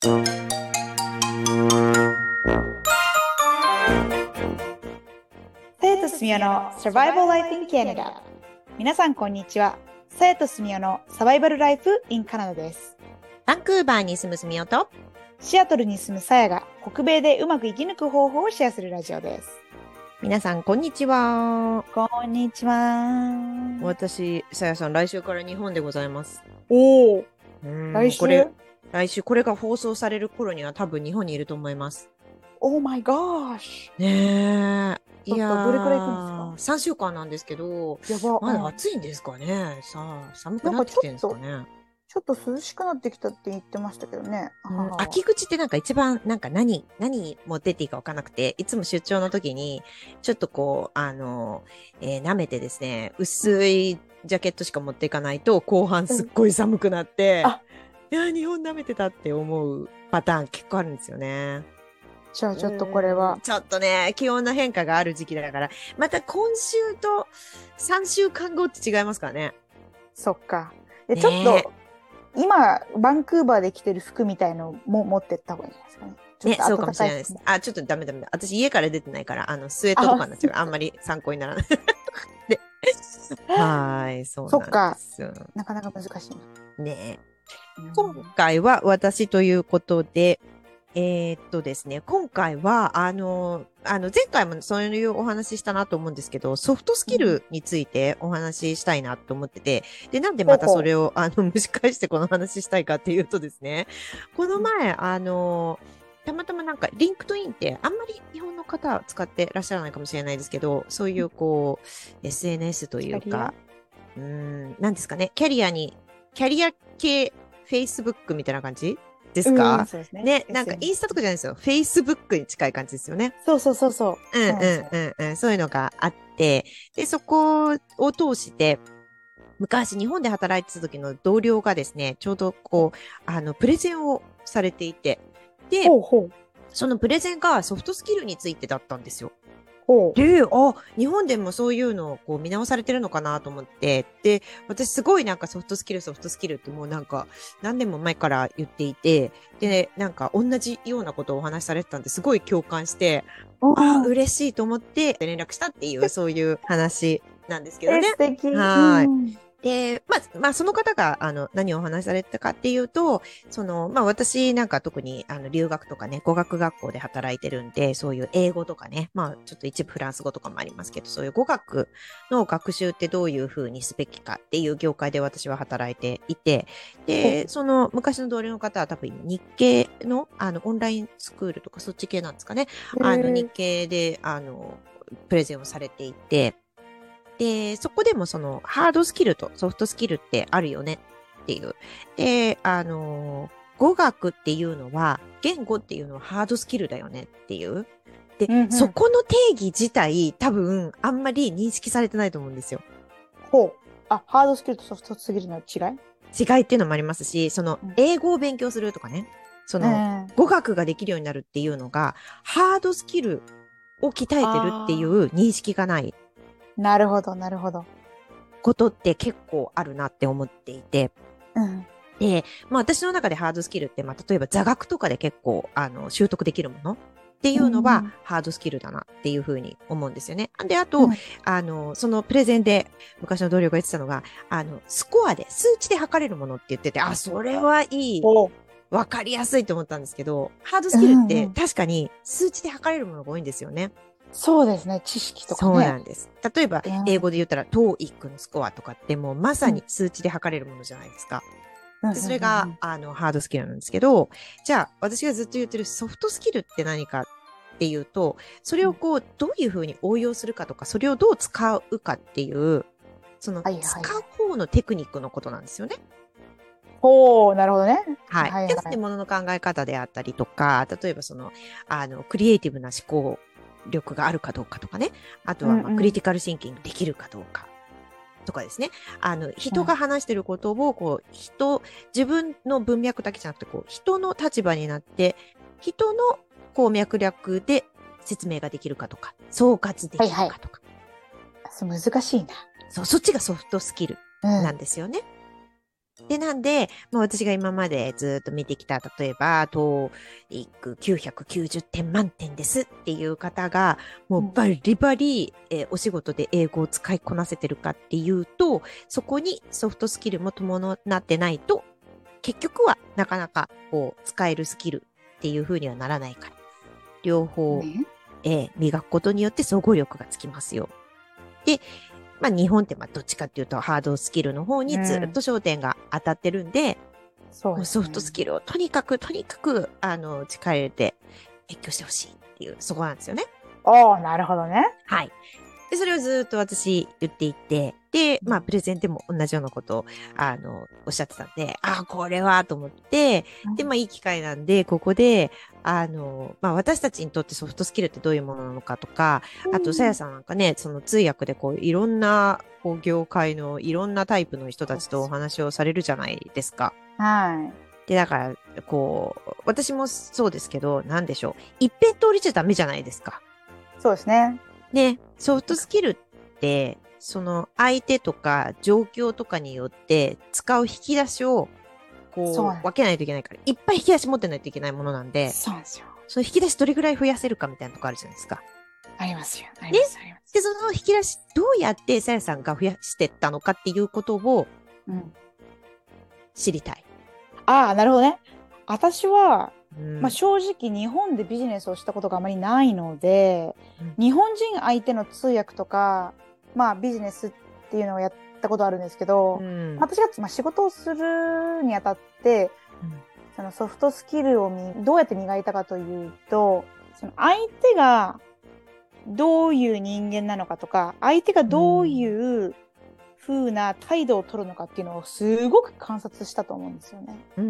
さやとすみおの Survival Life in Canada。 皆さんこんにちは。さやとすみおのサバイバルライフ in カナダです。 バンクーバーに住むすみおとシアトルに住むさやが北米でうまく生き抜く方法をシェアするラジオです。 皆さんこんにちは。 こんにちは。 私、さやさん、来週から日本でございます。 おお、来週来週、これが放送される頃には多分日本にいると思います。 Oh my gosh。 ねえ。いやー、 どれくらい行くんですか？ 3週間なんですけど、 やば。 まだ暑いんですかね。さあ、寒くなってきてるんですかね。 ちょっと涼しくなってきたって言ってましたけどね。 秋口ってなんか一番なんか何持ってっていいかわかんなくて、いつも出張の時にちょっとこう、舐めてですね、薄いジャケットしか持っていかないと後半すっごい寒くなって、いや、日本舐めてたって思うパターン結構あるんですよね。 じゃあちょっとこれは。 ちょっとね、気温の変化がある時期だから、また今週と3週間後って違いますからね。 そっか。ちょっと、今、バンクーバーで着てる服みたいのも持ってった方がいいんじゃないですかね。 ね、そうかもしれないです。ちょっとダメ。私家から出てないから、スウェットとかになっちゃう。あんまり参考にならない。で、はい、そうなんですよ。 そっか。なかなか難しいな。 ね、今回は私ということで、ですね、今回は、前回もそういうお話ししたなと思うんですけど、ソフトスキルについてお話ししたいなと思ってて、で、なんでまたそれを、蒸し返してこの話したいかっていうとですね、この前、たまたまなんか、リンクトインってあんまり日本の方は使ってらっしゃらないかもしれないですけど、そういうこう、SNS というか、なんですかね、キャリア系 Facebook みたいな感じですか？ そうですね。なんかインスタとかじゃないですよ。Facebook に近い感じですよね。 そう。 そういうのがあって、で、そこを通して、昔日本で働いてた時の同僚がですね、ちょうどこう、プレゼンをされていて、で、そのプレゼンがソフトスキルについてだったんですよ。で、日本でもそういうのをこう見直されてるのかなと思って、で、私すごいなんかソフトスキルってもうなんか何年も前から言っていて、で、なんか同じようなことをお話しされてたんですごい共感して、嬉しいと思って連絡したっていう、そういう話なんですけどね。 素敵。 はい。で、まあ、その方が、何をお話しされてたかっていうと、私なんか特に、留学とかね、語学学校で働いてるんで、そういう英語とかね、まあ、ちょっと一部フランス語とかもありますけど、そういう語学の学習ってどういうふうにすべきかっていう業界で私は働いていて、で、その昔の同僚の方は多分日系の、オンラインスクールとかそっち系なんですかね。日系で、プレゼンをされていて、で、そこでもそのハードスキルとソフトスキルってあるよねっていう。で、語学っていうのは、言語っていうのはハードスキルだよねっていう。で、そこの定義自体多分あんまり認識されてないと思うんですよ。 ハードスキルとソフトスキルの違いっていうのもありますし、その英語を勉強するとかね、その語学ができるようになるっていうのが、ハードスキルを鍛えてるっていう認識がない。 なるほど。 ことって結構あるなって思っていて。で、まあ私の中でハードスキルって、まあ例えば座学とかで結構、習得できるものっていうのはハードスキルだなっていうふうに思うんですよね。で、あと、そのプレゼンで昔の同僚が言ってたのが、スコアで、数値で測れるものって言ってて、それはいい。わかりやすいと思ったんですけど、ハードスキルって確かに数値で測れるものが多いんですよね。 そうですね。知識とかね。 そうなんです。例えば、英語で言ったら、TOEIC のスコアとかってもうまさに数値で測れるものじゃないですか。でそれが、ハードスキルなんですけど、じゃあ、私がずっと言ってるソフトスキルって何かっていうと、それをこう、どういうふうに応用するかとか、それをどう使うかっていう、その、使う方のテクニックのことなんですよね。 なるほどね。 はい。で、ものの考え方であったりとか、例えばその、クリエイティブな思考力があるかどうかとかね。あとは、クリティカルシンキングできるかどうかとかですね。人が話してることを、こう、自分の文脈だけじゃなくて、こう、人の立場になって、人の、こう、脈略で説明ができるかとか、総括できるかとか。 難しいな。 そっちがソフトスキルなんですよね。 で、なんで、まあ、私が今までずっと見てきた、例えば、TOEIC990 点満点ですっていう方が、もうバリバリ、お仕事で英語を使いこなせてるかっていうと、そこにソフトスキルも伴ってないと、結局はなかなかこう使えるスキルっていう風にはならないから、両方、 ね。 磨くことによって総合力がつきますよ。で、まあ日本ってまあどっちかっていうとハードスキルの方にずっと焦点が当たってるんで、 そうですね。 もうソフトスキルをとにかく、力入れて勉強してほしいっていう、そこなんですよね。 おー、なるほどね。 はい。で、それをずっと私言っていて、で、まあ、プレゼンでも同じようなことを、おっしゃってたんで、ああ、これは、と思って、で、まあ、いい機会なんで、ここで、まあ、私たちにとってソフトスキルってどういうものなのかとか、あと、さやさんなんかね、その通訳でこう、いろんな、こう、業界のいろんなタイプの人たちとお話をされるじゃないですか。 はい。 で、だから、こう、私もそうですけど、なんでしょう。一辺通りじゃダメじゃないですか。 そうですね。 ね、ソフトスキルって、その相手とか状況とかによって使う引き出しをそうなんこう分けないといけないから、いっぱい引き出し持ってないといけないものなんで、 そうなんですよ。 その引き出しどれぐらい増やせるかみたいなとこあるじゃないですか。 ありますよ。ありね。 ます、あります。 で、その引き出しどうやってさやさんが増やしてったのかっていうことをうん。 知りたい。 ああ、なるほどね。私は、 うんまあ、正直日本でビジネスをしたことがあまりないので、日本人相手の通訳とか、まあ、ビジネスっていうのをやったことあるんですけど、 うん私が、まあ、仕事をするにあたって、そのソフトスキルをどうやって磨いたかというと、その相手がどういう人間なのかとか、相手がどういう風な態度を取るのかっていうのをすごく観察したと思うんですよね。 うん。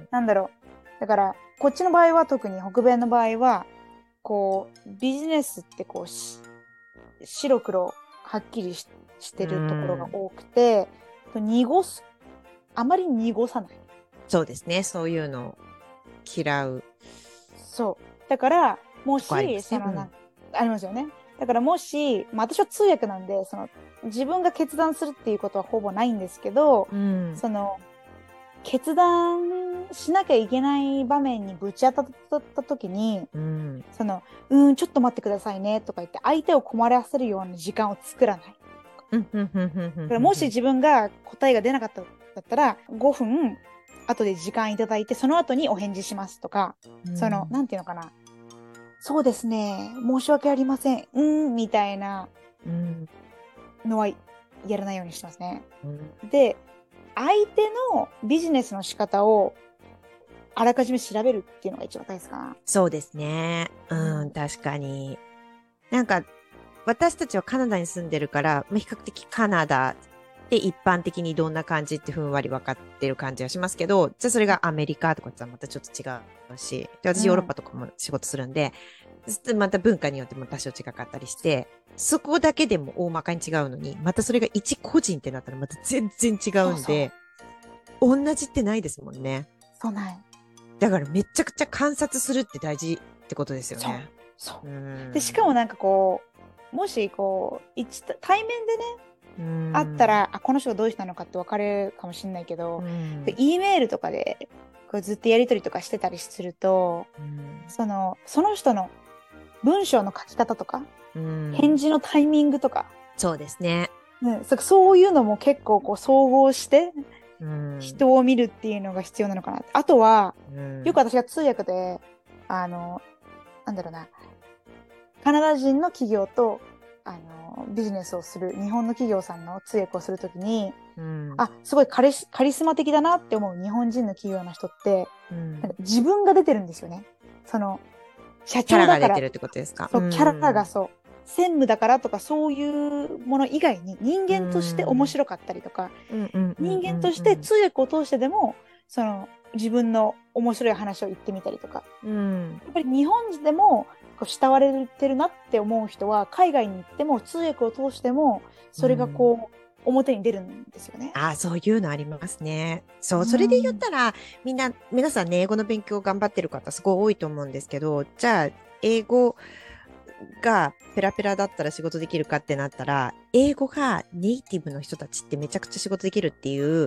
なんだろう。だから、こっちの場合は特に北米の場合は、こう、ビジネスってこう、白黒はっきりしてるところが多くて、濁す、あまり濁さない。 そうですね。そういうのを嫌うそう。だから、もとこありまし、 すね。 ありますよね。だからもし、まあ私は通訳なんで、自分が決断するっていうことはほぼないんですけど、 うん。 決断しなきゃいけない場面にぶち当たった時に、 うん。 ちょっと待ってくださいねとか言って相手を困らせるような時間を作らない。 うんうんうんうんだからもし自分が答えが出なかっただったら、5分後で時間いただいて、その後にお返事しますとか、なんていうのかな。そうですね、申し訳ありません。みたいなうんのはやらないようにしてますね。 うんで、相手のビジネスの仕方をあらかじめ調べるっていうのが一番大切かな。 そうですね。うん、確かに。なんか、私たちはカナダに住んでるから、まあ比較的カナダで一般的にどんな感じってふんわり分かってる感じはしますけど、じゃあそれがアメリカとかってまたちょっと違うし、で、私ヨーロッパとかも仕事するんで、また文化によっても多少違かったりして、そこだけでも大まかに違うのに、またそれが一個人ってなったらまた全然違うんで、同じってないですもんね。 そうない。 だからめちゃくちゃ観察するって大事ってことですよね。 そう。 うんで、しかもなんかこう、もしこう、対面でね、会ったら、この人がどういう人なのかって分かるかもしれないけど、E メールとかでこうずっとやり取りとかしてたりすると、その人の文章の書き方とか、返事のタイミングとか、 そうですね。 そういうのも結構こう総合して人を見るっていうのが必要なのかな。あとは、よく私が通訳で、なんだろうな、カナダ人の企業と、ビジネスをする、日本の企業さんの通訳をするときに、すごいカリスマ的だなって思う日本人の企業の人って、なんか自分が出てるんですよね。社長だから。キャラが出てるってことですか。 そう、キャラがそう。専務だからとかそういうもの以外に人間として面白かったりとか、人間として通訳を通してでも、自分の面白い話を言ってみたりとか。やっぱり日本人でもこう慕われてるなって思う人は海外に行っても通訳を通してもそれがこう、表に出るんですよね。 そういうのありますね。そう、それで言ったら、皆さんね、英語の勉強頑張ってる方すごい多いと思うんですけど、じゃあ、英語がペラペラだったら仕事できるかってなったら、英語がネイティブの人たちってめちゃくちゃ仕事できるっていう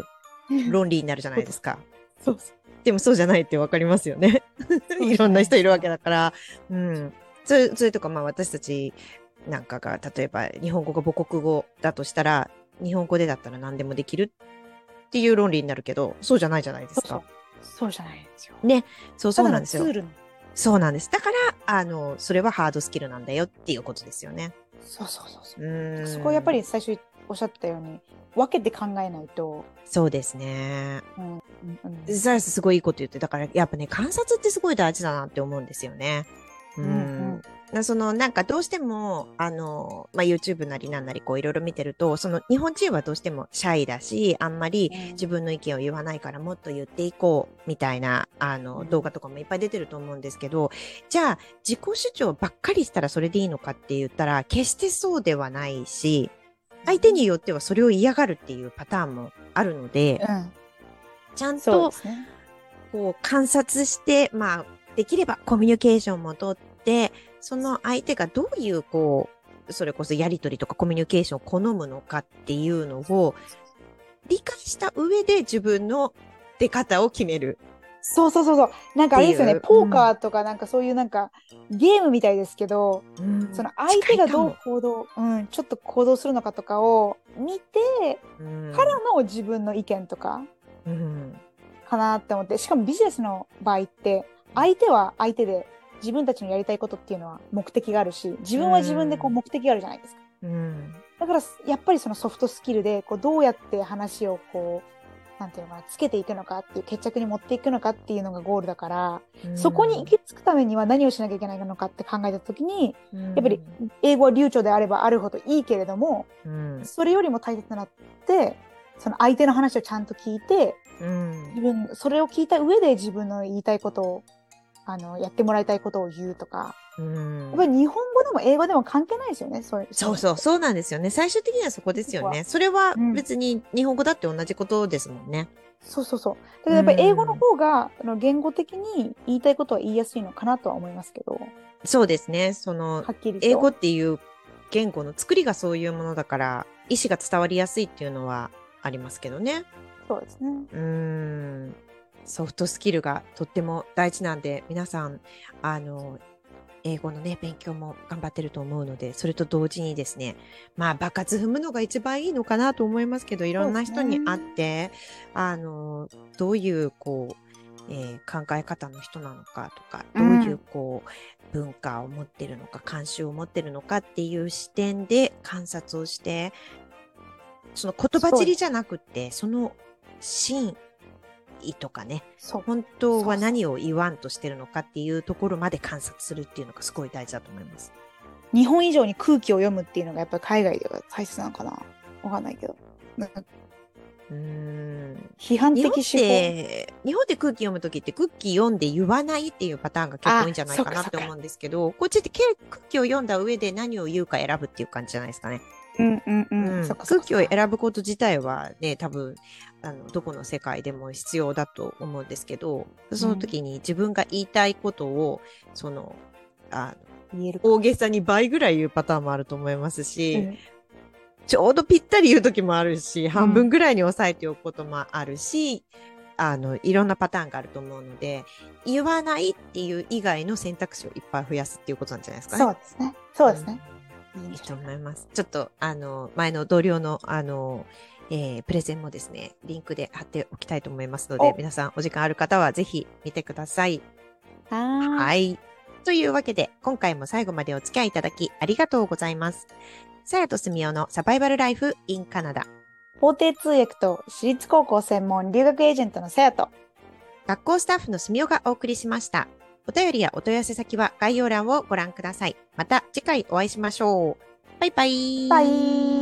論理になるじゃないですか。 そうそう。 でもそうじゃないってわかりますよね。いろんな人いるわけだから。うん。それとか、まあ私たちなんかが、例えば日本語が母国語だとしたら、日本語でだったら何でもできるっていう論理になるけど、そうじゃないじゃないですか。 そうじゃないんですよ。 ね。そうなんですよ。 ただのツール。 そうなんです。だから、それはハードスキルなんだよっていうことですよね。 そう。そこをやっぱり最初おっしゃったように、分けて考えないと。 そうですね。サラスすごいいいこと言って、だからやっぱね、観察ってすごい大事だなって思うんですよね。なんかどうしても、YouTube なりなんなりこういろいろ見てると、日本人はどうしてもシャイだし、あんまり自分の意見を言わないからもっと言っていこうみたいな、動画とかもいっぱい出てると思うんですけど、じゃあ自己主張ばっかりしたらそれでいいのかって言ったら、決してそうではないし、相手によってはそれを嫌がるっていうパターンもあるので、ちゃんと、こう観察して、まあ、できればコミュニケーションもとって、その相手がどういう、こう、それこそやりとりとかコミュニケーションを好むのかっていうのを理解した上で自分の出方を決める。 そう。なんかあれですよね、ポーカーとかなんかそういうなんかゲームみたいですけど、その相手がどうちょっと行動するのかとかを見てからの自分の意見とかかなって思って、しかもビジネスの場合って相手は相手で自分たちのやりたいことっていうのは目的があるし、自分は自分でこう目的があるじゃないですか。だからやっぱりそのソフトスキルでこうどうやって話をこうなんていうのかな、つけていくのかっていう、決着に持っていくのかっていうのがゴールだから、そこに行き着くためには何をしなきゃいけないのかって考えたときに、やっぱり英語は流暢であればあるほどいいけれども、それよりも大切なって、その相手の話をちゃんと聞いて、それを聞いた上で自分の言いたいことを、やってもらいたいことを言うとか、やっぱり日本語でも英語でも関係ないですよね。 そうなんですよね。最終的にはそこですよね。それは別に日本語だって同じことですもんね。 そう。だからやっぱり英語の方が、言語的に言いたいことは言いやすいのかなとは思いますけど。 そうですね。 はっきりと英語っていう言語の作りがそういうものだから、意思が伝わりやすいっていうのはありますけどね。 そうですね。 ソフトスキルがとっても大事なんで、皆さん、英語のね、勉強も頑張ってると思うので、それと同時にですね、まあ、場数踏むのが一番いいのかなと思いますけど、いろんな人に会って、どういう、こう、考え方の人なのかとか、どういう、こう、文化を持ってるのか、慣習を持ってるのかっていう視点で観察をして、その言葉尻じゃなくて、その真意とかね、本当は何を言わんとしてるのかっていうところまで観察するっていうのがすごい大事だと思います。 日本以上に空気を読むっていうのがやっぱり海外では大切なのかな、わかんないけど。批判的思考。 日本で空気読むときって空気読んで言わないっていうパターンが結構多いんじゃないかなって思うんですけど、こっちって空気を読んだ上で何を言うか選ぶっていう感じじゃないですかね。空気を選ぶこと自体はね、多分どこの世界でも必要だと思うんですけど、その時に自分が言いたいことを大げさに倍ぐらい言うパターンもあると思いますし、ちょうどぴったり言う時もあるし、半分ぐらいに抑えておくこともあるし、いろんなパターンがあると思うので、言わないっていう以外の選択肢をいっぱい増やすっていうことなんじゃないですかね。 そうですね。 いいと思います。ちょっと、前の同僚の、プレゼンもですね、リンクで貼っておきたいと思いますので、皆さんお時間ある方はぜひ見てください。はい。というわけで、今回も最後までお付き合いいただきありがとうございます。さやとすみおのサバイバルライフ in カナダ。 法廷通訳と私立高校専門留学エージェントのさやと、 学校スタッフのすみおがお送りしました。お便りやお問い合わせ先は概要欄をご覧ください。また次回お会いしましょう。バイバイ。 バイ。